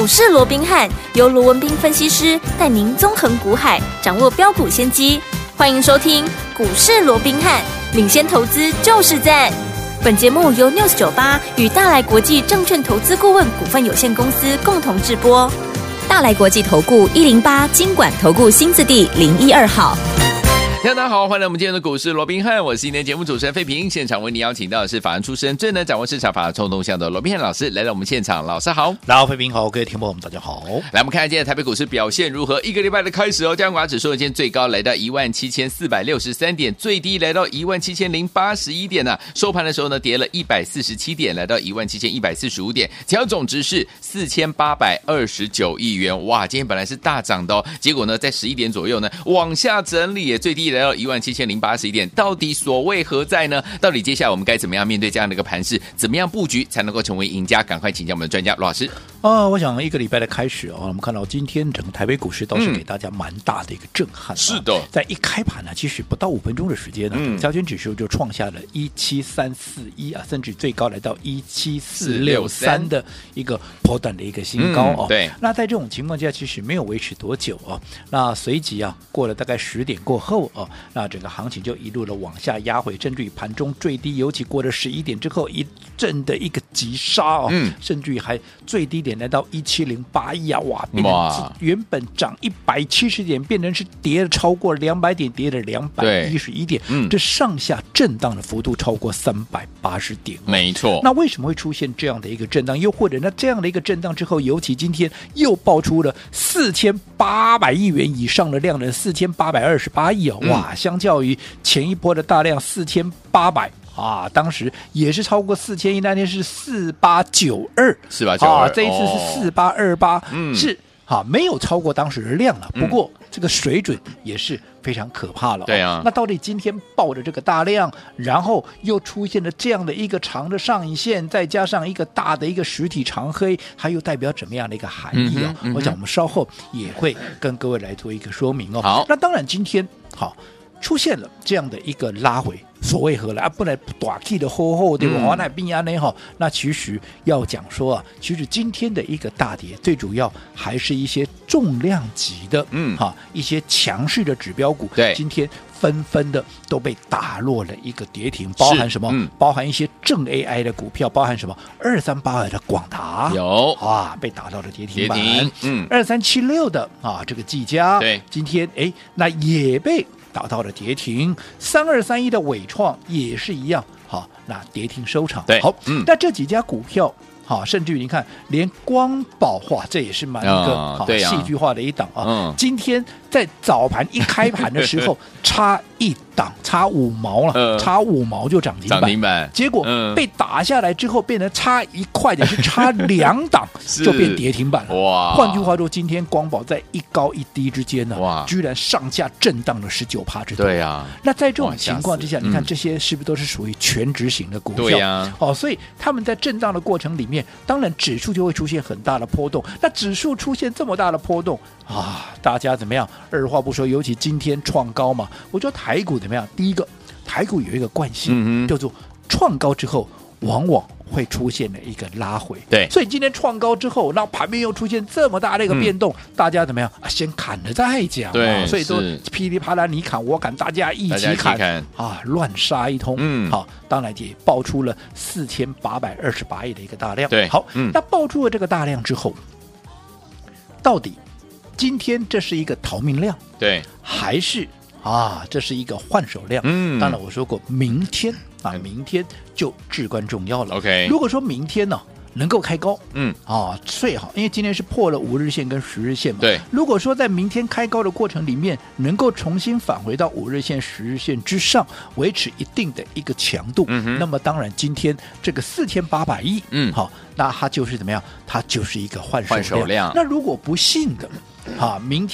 市罗宾汉由罗文彬分析师带您纵横股海，掌握标股先机。欢迎收听股市罗宾汉，领先投资就是赞。本节目由 News98 与大来国际证券投资顾问股份有限公司共同制播。大来国际投顾108金管投顾新字第012号。 大家好，欢迎来我们今天的股市罗宾汉，我是今天节目主持人费平。现场为你邀请到的是法案出身、最能掌握市场法案冲动向的罗宾汉老师来到我们现场。老师好。 大家好，费平好，各位听众朋友们大家好。 来，我们看看今天台北股市表现如何。一个礼拜的开始加权指数今天最高来到17463点，最低来到17081点啊。收盘的时候呢，跌了147点，来到17145点，成交总值是4829亿元。哇，今天本来是大涨的结果呢，在11点左右呢往下整理，最低来到17081点，到底所谓何在呢？到底接下来我们该怎么样面对这样的一个盘势？怎么样布局才能够成为赢家？赶快请教我们的专家罗老师。 我想一个礼拜的开始我们看到今天整个台北股市倒是给大家蛮大的一个震撼。 是的， 在一开盘呢，其实不到5分钟的时间呢，加权指数就创下了17341甚至最高来到17463的一个波段的一个新高对， 那在这种情况下，其实没有维持多久那随即过了大概10点过后那整个行情就一路的往下压回，甚至于盘中最低，尤其过了11点之后，一阵的一个急杀甚至于还最低点来到17081哇，原本涨170点，变成是跌了超过200点，跌了211点，这上下震荡的幅度超过380点没错。 那为什么会出现这样的一个震荡？又或者那这样的一个震荡之后，尤其今天又爆出了4800亿元以上的量能，4828亿哇，相较于前一波的大量4800当时也是超过4000亿，那天是4892这一次是4828是没有超过当时的量了，不过这个水准也是非常可怕了对啊， 那到底今天爆的这个大量，然后又出现了这样的一个长的上影线，再加上一个大的一个实体长黑，它又代表怎么样的一个含义我想我们稍后也会跟各位来做一个说明好， 那当然今天出现了这样的一个拉回，所谓何来不能短期的厚厚对吧？那并那其实要讲说其实今天的一个大跌，最主要还是一些重量级的一些强势的指标股， 对， 今天纷纷的都被打落了一个跌停，包含什么？包含一些正 AI 的股票，包含什么？2382的广达有被打到了跌停板，2376的这个技嘉， 对， 今天那也被打到了跌停，3231的伟创也是一样，那跌停收场。 对， 好，那这几家股票甚至于你看，连光宝这也是蛮一个戏剧化的一档今天在早盘一开盘的时候，差一档，差5毛了，差5毛就涨停板，结果被打下来之后，变成差1块钱，是差2档就变跌停板了。哇！换句话说，今天光宝在一高一低之间呢，居然上下震荡了19%之多。 对呀， 那在这种情况之下，你看这些是不是都是属于全值型的股票？ 对呀， 所以他们在震荡的过程里面，当然指数就会出现很大的波动。那指数出现这么大的波动大家怎么样？二话不说，尤其今天创高嘛，我觉得台股怎么样？第一个，台股有一个惯性，叫做创高之后往往会出现了一个拉回。 对， 所以今天创高之后，那盘面又出现这么大的一个变动，大家怎么样先砍了再讲所以都噼里啪啦你砍我砍，大家一起砍乱杀一通。当然也爆出了4828亿的一个大量。 对， 好，那爆出了这个大量之后，到底今天这是一个逃命量， 对， 还是这是一个换手量？当然我说过，明天就至关重要了。 OK， 如果说明天呢能够开高，最好，因为今天是破了5日线跟10日线嘛。 对， 如果说在明天开高的过程里面，能够重新返回到5日线、10日线之上，维持一定的一个强度，那么当然今天这个4800亿，那它就是怎么样？它就是一个换手量。那如果不幸的明天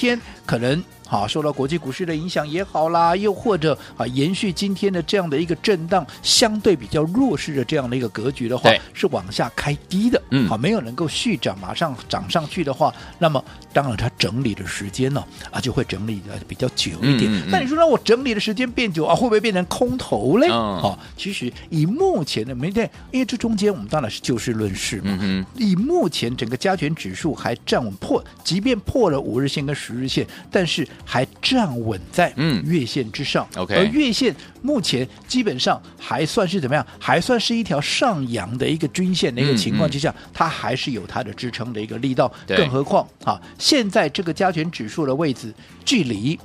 可能受到国际股市的影响也好啦，又或者延续今天的这样的一个震荡，相对比较弱势的这样的一个格局的话，是往下开低的，没有能够续涨马上涨上去的话，那么当然它整理的时间呢就会整理的比较久一点。那你说让我整理的时间变久会不会变成空头嘞？其实以目前的因为这中间我们当然是就事论事嘛，以目前整个加权指数还站稳即便破了5日线跟10日线，但是还站稳在月线之上，而月线目前基本上还算是怎么样？还算是一条上扬的一个均线的一个情况之下，它还是有它的支撑的一个力道。更何况现在这个加权指数的位置距离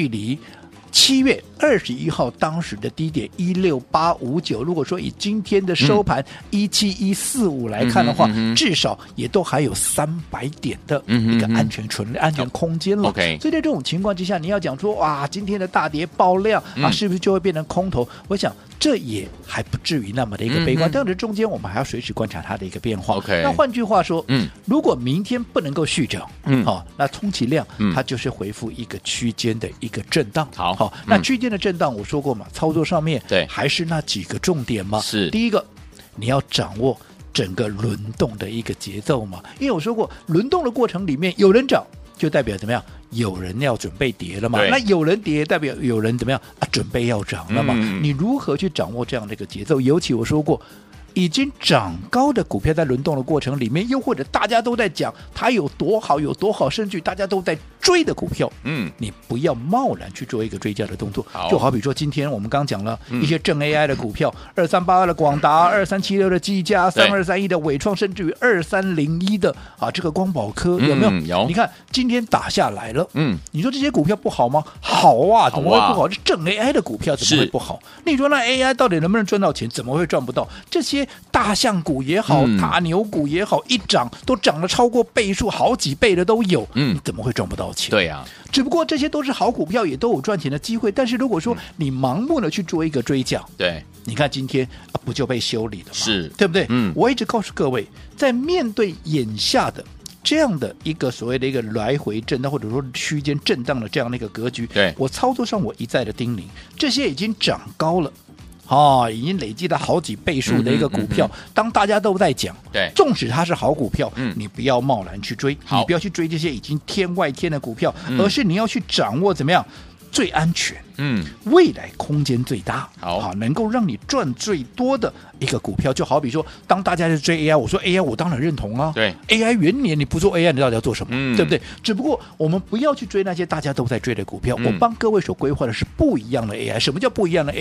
7月21号当时的低点16859，如果说以今天的收盘17145来看的话，至少也都还有300点的一个安全空间了。所以在这种情况之下，你要讲说哇，今天的大跌爆量是不是就会变成空头？我想这也还不至于那么的一个悲观，但是中间我们还要随时观察它的一个变化。那换句话说，如果明天不能够续涨，那充其量它就是回复一个区间的一个震荡。好，那区间的震荡我说过嘛，操作上面还是那几个重点嘛。是第一个，你要掌握整个轮动的一个节奏嘛，因为我说过，轮动的过程里面有人涨，就代表怎么样？有人要准备跌了嘛？那有人跌，代表有人怎么样准备要涨了嘛？你如何去掌握这样的一个节奏？尤其我说过，已经涨高的股票在轮动的过程里面，又或者大家都在讲它有多好有多好，甚至大家都在追的股票，你不要贸然去做一个追加的动作。就好比说今天我们刚讲了一些正 AI 的股票，2382的广达，2376的技嘉，3231的伟创，甚至于2301的这个光宝科，有没有？有。你看今天打下来了，你说这些股票不好吗？好啊，怎么会不好？这正 AI 的股票怎么会不好？你说那 AI 到底能不能赚到钱？怎么会赚不到？这些大象股也好，大牛股也好，一涨都涨了超过倍数，好几倍的都有，你怎么会赚不到钱？ 对啊， 只不过这些都是好股票，也都有赚钱的机会。但是如果说你盲目的去做一个追价，对，你看今天不就被修理了吗？是，对不对？我一直告诉各位，在面对眼下的这样的一个所谓的一个来回震荡或者说区间震荡的这样的一个格局，对，我操作上我一再的叮咛，这些已经涨高了。已经累积了好几倍数的一个股票，当大家都在讲，对，纵使它是好股票，你不要贸然去追，你不要去追这些已经天外天的股票，而是你要去掌握怎么样最安全，未来空间最大，好，能够让你赚最多的一个股票。就好比说，当大家在追 AI， 我说 AI 我当然认同啊，对 AI 元年你不做 AI， 你到底要做什么？对不对？只不过我们不要去追那些大家都在追的股票，我帮各位所规划的是不一样的 AI。什么叫不一样的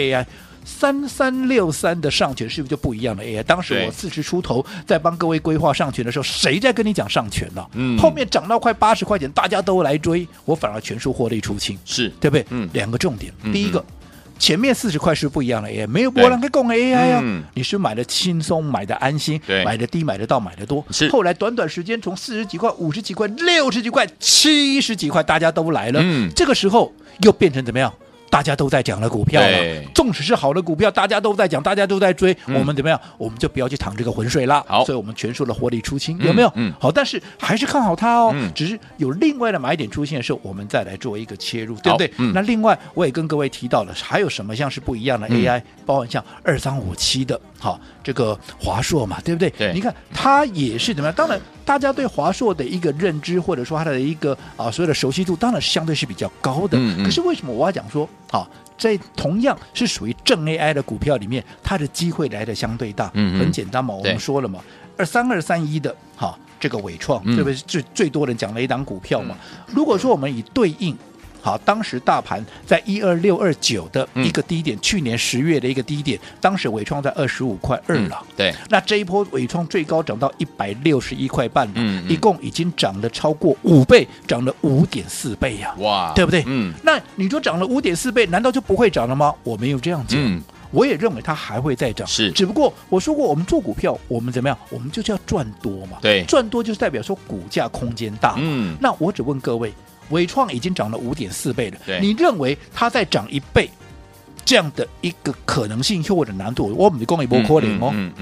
AI？3363的上权是不是就不一样的 AI？ 当时我40出头在帮各位规划上权的时候，谁在跟你讲上权了？后面涨到快80块钱，大家都来追，我反而全数获利出清，是对不对？两个重点，第一个，前面40块是不一样的 AI， 没有波浪跟供 AI 啊，你是买的轻松，买的安心，买的低，买得到，买得多。后来短短时间从40几块、50几块、60几块、70几块，大家都来了，这个时候又变成怎么样？大家都在讲的股票了，纵使是好的股票，大家都在讲，大家都在追，我们怎么样？我们就不要去淌这个浑水了。所以我们全数的获利出清，有没有？好，但是还是看好它哦。只是有另外的买点出现的时候，我们再来做一个切入，对不对？那另外我也跟各位提到了，还有什么像是不一样的 AI，包含像2357的，好，这个华硕嘛，对不对？对，你看它也是怎么样？当然，大家对华硕的一个认知，或者说它的一个所谓的熟悉度，当然是相对是比较高的。可是为什么我要讲说，在同样是属于正 AI 的股票里面，它的机会来的相对大？很简单嘛，我们说了嘛，23231的这个伟创，对不对？最多人讲了一档股票嘛。如果说我们以对应。好，当时大盘在12629的一个低点，去年10月的一个低点，当时伟创在25.2块了。对，那这一波伟创最高涨到161块半了，一共已经涨了超过5倍，涨了5.4倍呀！哇，对不对？那你说涨了5.4倍，难道就不会涨了吗？我没有这样讲。我也认为它还会再涨，是，只不过我说过，我们做股票，我们怎么样？我们就是要赚多嘛。对，赚多就是代表说股价空间大嘛。那我只问各位。伟创已经涨了5.4倍了，你认为它再涨1倍这样的一个可能性或者难度，我们的公益不可能哦，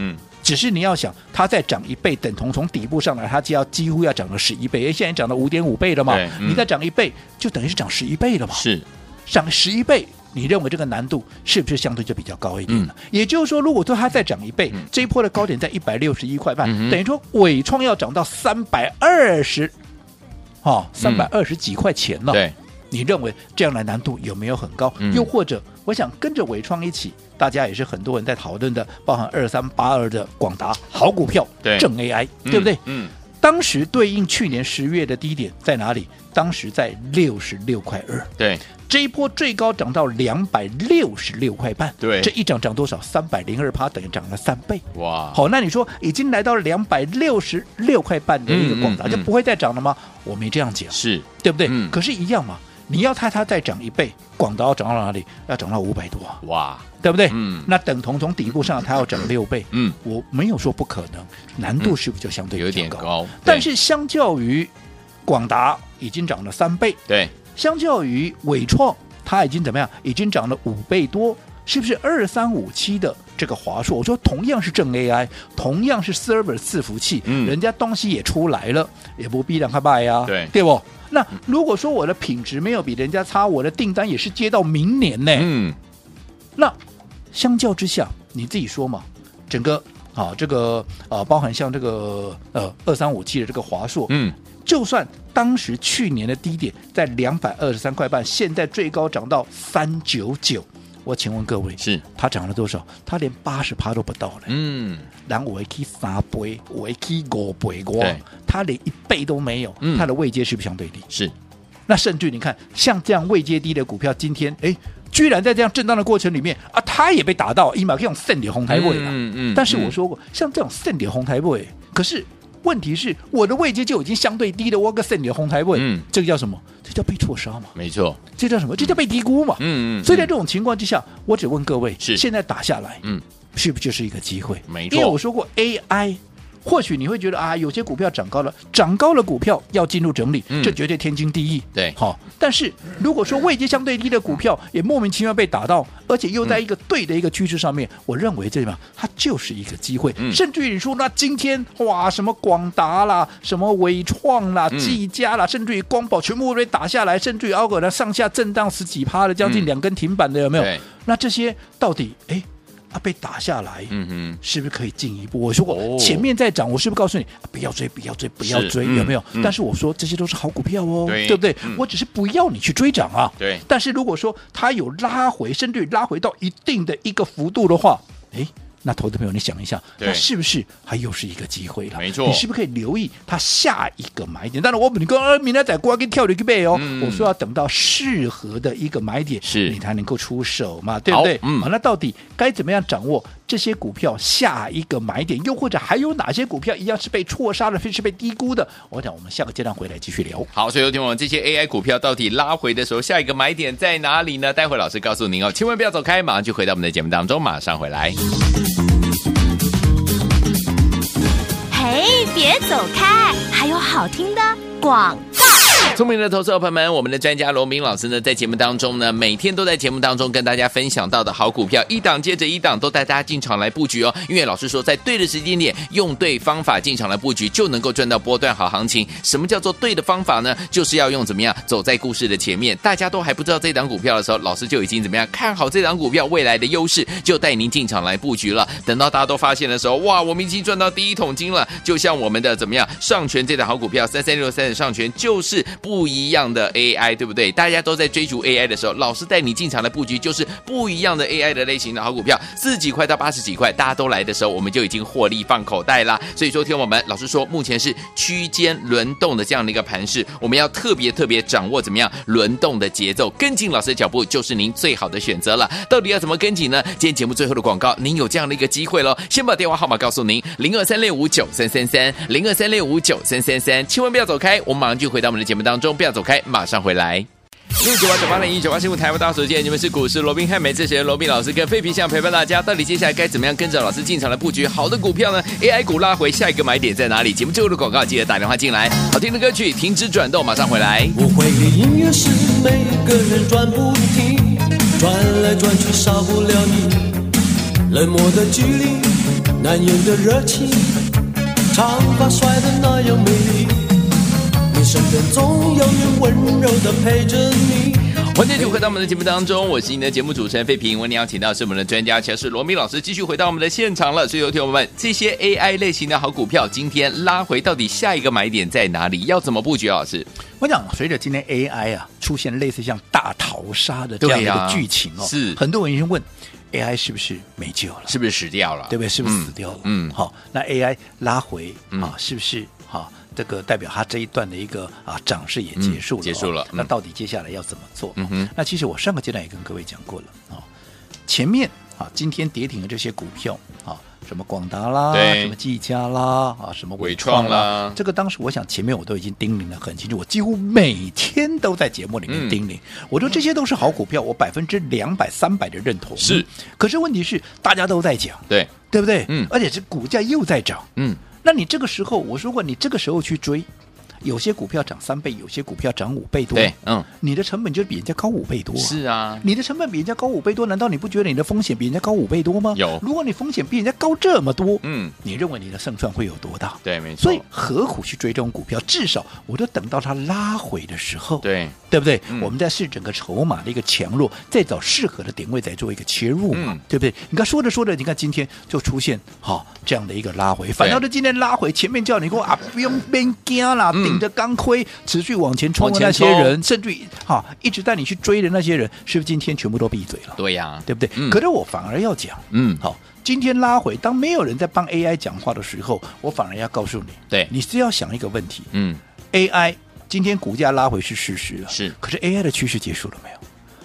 只是你要想，它再涨1倍，等同从底部上来，它就要几乎要涨了11倍，现在涨了5.5倍了嘛，你再涨1倍，就等于是涨11倍了嘛， 是涨11倍。你认为这个难度是不是相对就比较高一点了？也就是说，如果说它再涨1倍，这一波的高点在161块半，等于说伟创要涨到320，哦，320几块钱了。 对， 你认为这样的难度有没有很高？又或者，我想跟着伟创一起，大家也是很多人在讨论的，包含2382的广达好股票，正 AI， 对不对？当时对应去年10月的低点在哪里？当时在66.2块。 对， 这一波最高涨到266块半。 对， 这一涨涨多少？302%，等于涨了3倍。 哇！ 好，那你说已经来到了266块半的一个广达，就不会再涨了吗？我没这样讲， 是对不对？可是，一样嘛。你要它再涨1倍，广达要涨到哪里？要涨到500多啊！ 哇， 对不对？那等同从底部上它要涨6倍，我没有说不可能，难度是不是就相对有点高？ 但是相较于广达已经涨了3倍， 对， 相较于伟创它已经怎么样？已经涨了5倍多，是不是2357的这个华硕？我说同样是正 AI， 同样是 server 伺服器，人家东西也出来了，也不必让它卖啊，对不？那如果说我的品质没有比人家差，我的订单也是接到明年呢，那相较之下，你自己说嘛，整个这个包含像这个2357的这个华硕，就算当时去年的低点在223块半，现在最高涨到399。我请问各位， 是它涨了多少？它连80%都不到了。然后我可以3倍，我可以5倍，它连1倍都没有。它的位阶是不是相对低？ 是。 那甚至你看，像这样位阶低的股票，今天居然在这样震荡的过程里面啊，它也被打到，1码可以用圣点红台位了。但是我说过，像这种圣点红台位，可是问题是我的位阶就已经相对低的，我个圣点红台位，这个叫什么？这叫被错杀嘛？ 没错， 这叫什么？这叫被低估嘛？所以在这种情况之下，我只问各位，现在打下来，是不是就是一个机会？ 没错， 因为我说过 AI。或许你会觉得有些股票涨高了，涨高了股票要进入整理，这绝对天经地义。 对， 好。但是如果说位阶相对低的股票也莫名其妙被打到，而且又在一个对的一个趋势上面，我认为这它就是一个机会。甚至于你说那今天什么广达啦，什么伟创啦，技嘉啦，甚至于光宝全部被打下来，甚至于ALGO呢上下震荡10几%的，将近2根停板的，有没有？那这些到底被打下来，是不是可以进一步？我说过前面在涨，我是不是告诉你不要追，不要追，不要追，有没有？但是我说这些都是好股票哦，对不对？我只是不要你去追涨啊。 对。 但是如果说它有拉回，甚至于拉回到一定的一个幅度的话，那投资朋友，你想一下，那是不是还又是一个机会了？ 没错， 你是不是可以留意它下一个买点？当然，你跟明天仔瓜给跳了一个背哦。我说要等到适合的一个买点，你才能够出手嘛，对不对？好，那到底该怎么样掌握这些股票下一个买点？又或者还有哪些股票一样是被错杀的，是被低估的？我想我们下个阶段回来继续聊。 好，所以有听我这些 AI 股票到底拉回的时候，下一个买点在哪里呢？待会老师告诉您哦，千万不要走开，马上就回到我们的节目当中，马上回来。 嘿，别走开，还有好听的广告。 聪明的投资者朋友们，我们的专家罗明老师呢，在节目当中呢，每天都在节目当中跟大家分享到的好股票，一档接着一档都带大家进场来布局哦。因为老师说，在对的时间点，用对方法进场来布局，就能够赚到波段好行情。什么叫做对的方法呢？就是要用怎么样走在故事的前面，大家都还不知道这档股票的时候，老师就已经怎么样看好这档股票未来的优势，就带您进场来布局了。等到大家都发现的时候，哇，我们已经赚到第一桶金了。就像我们的怎么样上权这档好股票3363的上权，就是不一样的 AI， 对不对？大家都在追逐 AI 的时候，老师带你进场的布局就是不一样的 AI 的类型的好股票，40几块到80几块，大家都来的时候，我们就已经获利放口袋啦。所以说，听我们老师说，目前是区间轮动的这样的一个盘势，我们要特别掌握怎么样轮动的节奏，跟紧老师的脚步就是您最好的选择了。到底要怎么跟紧呢？今天节目最后的广告，您有这样的一个机会咯，先把电话号码告诉您，0236593333，0236593333，千万不要走开，我们马上就回到我们的节目当中，不要走开，马上回来。698980198新闻台湾大所见，你们是股市罗宾汉美智神罗宾老师跟废皮相陪伴大家，到底接下来该怎么样跟着老师进场来布局好的股票呢？ AI 股拉回，下一个买点在哪里？节目最后的广告记得打电话进来。好听的歌曲停止转动，马上回来。 我会的音乐是每个人转不停，转来转去少不了你，冷漠的距离男人的热情，长发甩得那样美丽，你身边总有人温柔地陪着你。 欢迎继续回到我们的节目当中，我是您的节目主持人费平。为您邀请到是我们的专家乔氏罗明老师，继续回到我们的现场了。所以有听友们，这些 AI 类型的好股票，今天拉回到底下一个买点在哪里？要怎么布局？老师， 我讲随着今天 AI 啊出现类似像大逃杀的这样的一个剧情哦， 是很多人就问 AI 是不是没救了？ 是不是死掉了？ 对不对？是不是死掉了？好，那 AI 拉回啊，是不是好？这个代表它这一段的一个涨势也结束了， 结束了。 那到底接下来要怎么做？那其实我上个阶段也跟各位讲过了前面今天跌停的这些股票什么广达啦，什么技嘉啦，什么伟创啦，这个当时我想前面我都已经叮咛得很清楚，我几乎每天都在节目里面叮咛，我说这些都是好股票，我200%、300%的认同。 是， 可是问题是大家都在讲， 对不对？而且是股价又在涨，那你这个时候，我说过，你这个时候去追，有些股票涨3倍，有些股票涨5倍多， 对， 你的成本就比人家高5倍多。 是啊， 你的成本比人家高5倍多，难道你不觉得你的风险比人家高5倍多吗？ 有， 如果你风险比人家高这么多，你认为你的胜算会有多大？ 对，没错。 所以何苦去追这种股票？至少我就等到它拉回的时候， 对不对？我们再视整个筹码的一个强弱，再找适合的点位，再做一个切入嘛，对不对？你看说着，你看今天就出现这样的一个拉回，反倒是今天拉回，前面叫你说不用边惊啦，顶着钢盔持续往前冲的那些人，甚至于一直带你去追的那些人，是不是今天全部都闭嘴了？ 对呀， 对不对？可是我反而要讲，今天拉回，当没有人在帮 AI 讲话的时候，我反而要告诉你， 对， 你是要想一个问题，AI 今天股价拉回是事实了， 是， 可是 AI 的趋势结束了没有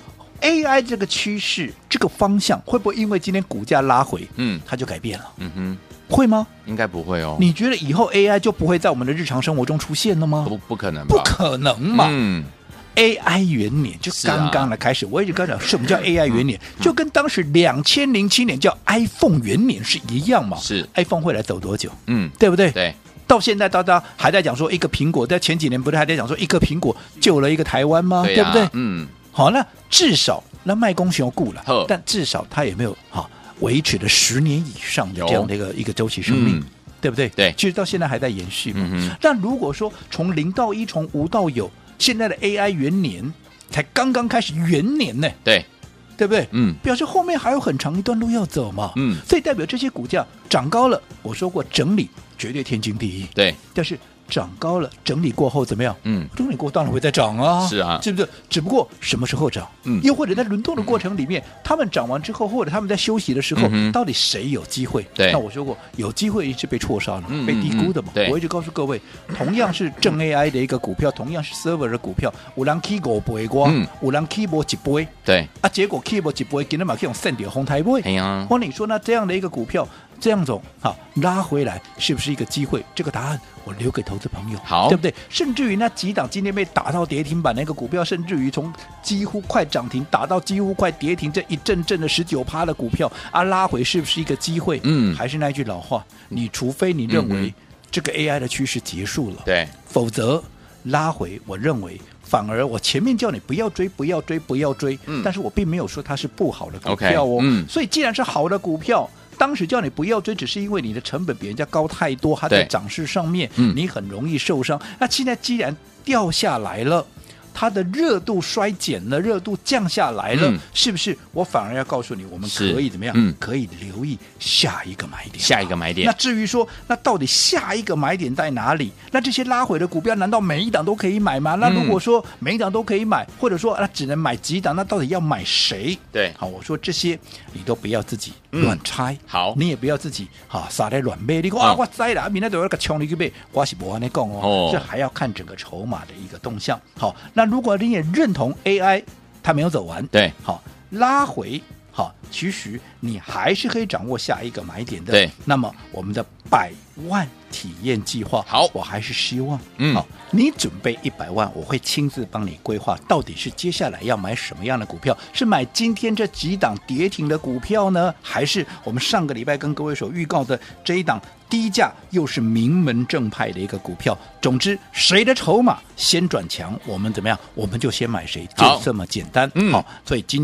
？AI 这个趋势这个方向会不会因为今天股价拉回，它就改变了？会吗？ 应该不会哦。 你觉得以后 AI 就不会在我们的日常生活中出现了吗？ 不可能吧？ 不可能嘛。AI 元年就刚刚的开始，我一直跟你讲，什么叫 AI 元年？就跟当时2007年叫 iPhone 元年是一样嘛。 是 iPhone 会来走多久？对不对？ 对。 到现在大家还在讲说一个苹果，在前几年不是还在讲说一个苹果救了一个台湾吗？对不对？好，那至少那卖公熊顾了，但至少它也没有维持了10年以上的这样的一个周期生命。对不对？ 对， 其实到现在还在延续嘛。但如果说从0到1，从无到有，现在的 AI 元年才刚刚开始元年呢， 对不对？表示后面还有很长一段路要走嘛。所以代表这些股价涨高了，我说过整理绝对天经地义。 对， 但是涨高了，整理过后怎么样？整理过后当然会再涨啊， 是啊， 是不是？只不过什么时候涨？又或者在轮动的过程里面，他们涨完之后，或者他们在休息的时候，到底谁有机会？ 对， 那我说过，有机会一直被错杀了，被低估的嘛。 对， 我一直告诉各位，同样是正 AI 的一个股票，同样是 server 的股票，有人 K 5倍瓜，有人 K 无1倍， 对结果 K 无1倍，今天嘛可以用3点红台倍。 哎呀， 或你说那这样的一个股票，这样走拉回来是不是一个机会？这个答案我留给投资朋友， 好， 对不对？甚至于那几档今天被打到跌停板那个股票，甚至于从几乎快涨停打到几乎快跌停，这一阵阵的19%的股票拉回是不是一个机会？还是那句老话，你除非你认为这个 AI 的趋势结束了， 对， 否则拉回，我认为反而我前面叫你不要追，不要追，不要追，但是我并没有说它是不好的股票哦。所以既然是好的股票，当时叫你不要追，只是因为你的成本比人家高太多，它在涨势上面你很容易受伤。那现在既然掉下来了，它的热度衰减了，热度降下来了，是不是？我反而要告诉你，我们可以怎么样？可以留意下一个买点。 下一个买点。 那至于说，那到底下一个买点在哪里？那这些拉回的股票，难道每一档都可以买吗？那如果说每一档都可以买，或者说只能买几档，那到底要买谁？ 对， 好，我说这些你都不要自己乱猜， 好， 你也不要自己撒在乱买。你说我栽了，明天都要个冲你去买，我是不安尼讲哦，这还要看整个筹码的一个动向。好，那如果你也认同 AI 它没有走完， 对， 好，拉回，好，其实你还是可以掌握下一个买点的。 对， 那么我们的100万体验计划， 好， 我还是希望，好，你准备100万，我会亲自帮你规划，到底是接下来要买什么样的股票？是买今天这几档跌停的股票呢，还是我们上个礼拜跟各位所预告的这一档低价又是名门正派的一个股票？总之，谁的筹码先转强，我们怎么样，我们就先买谁，就这么简单。好，所以今天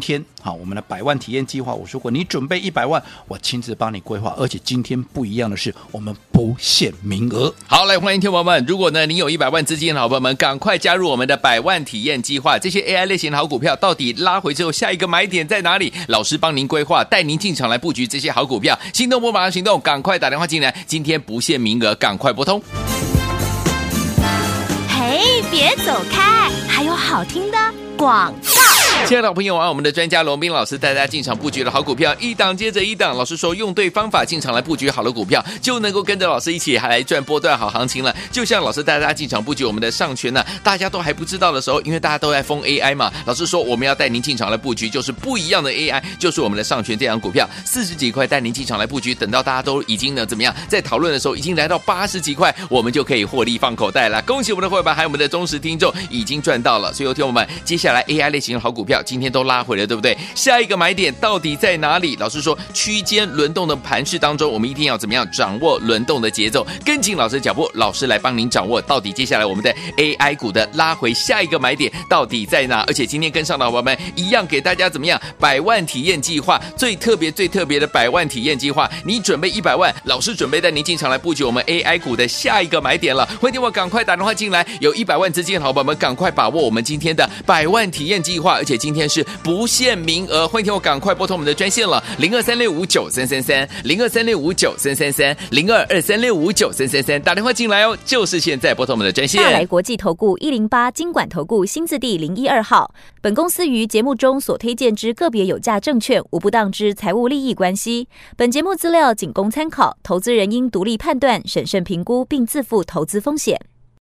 好，我们的100万体验计划，我说过，你准备100万，我亲自帮你规划，而且今天不一样的是，我们不限名额。 好，来欢迎听众朋友们，如果呢你有100万资金的好朋友们，赶快加入我们的100万体验计划。这些 AI 类型的好股票，到底拉回之后下一个买点在哪里？老师帮您规划，带您进场来布局这些好股票。心动不马上行动，赶快打电话进来，今天不限名额，赶快拨通。 嘿，别走开，还有好听的广告。 亲爱的朋友啊，我们的专家罗宾老师带大家进场布局的好股票，一档接着一档。老师说，用对方法进场来布局好的股票，就能够跟着老师一起还来赚波段好行情了。就像老师带大家进场布局我们的上权呢，大家都还不知道的时候，因为大家都在疯 AI 嘛，老师说我们要带您进场来布局，就是不一样的 AI， 就是我们的上权这档股票，40几块带您进场来布局，等到大家都已经呢怎么样，在讨论的时候已经来到80几块，我们就可以获利放口袋了。恭喜我们的会员还有我们的忠实听众已经赚到了。所以听众们，接下来 AI 类型的好股票今天都拉回了，对不对？下一个买点到底在哪里？老师说，区间轮动的盘势当中，我们一定要怎么样掌握轮动的节奏，跟紧老师的脚步，老师来帮您掌握到底接下来我们的 AI 股的拉回下一个买点到底在哪？而且今天跟上的伙伴们一样，给大家怎么样100万体验计划，最特别的100万体验计划，你准备100万，老师准备带您进场来布局我们 AI 股的下一个买点了。欢迎我赶快打电话进来，有100万资金的好伙伴们赶快把握我们今天的100万体验计划，而且今天是不限名额，欢迎我赶快拨通我们的专线了，0236593333 02365933 0223659333，打电话进来哦，就是现在拨通我们的专线。 大来国际投顾108金管投顾新字第012号。本公司于节目中所推荐之个别有价证券，无不当之财务利益关系。本节目资料仅供参考，投资人应独立判断、审慎评估，并自负投资风险。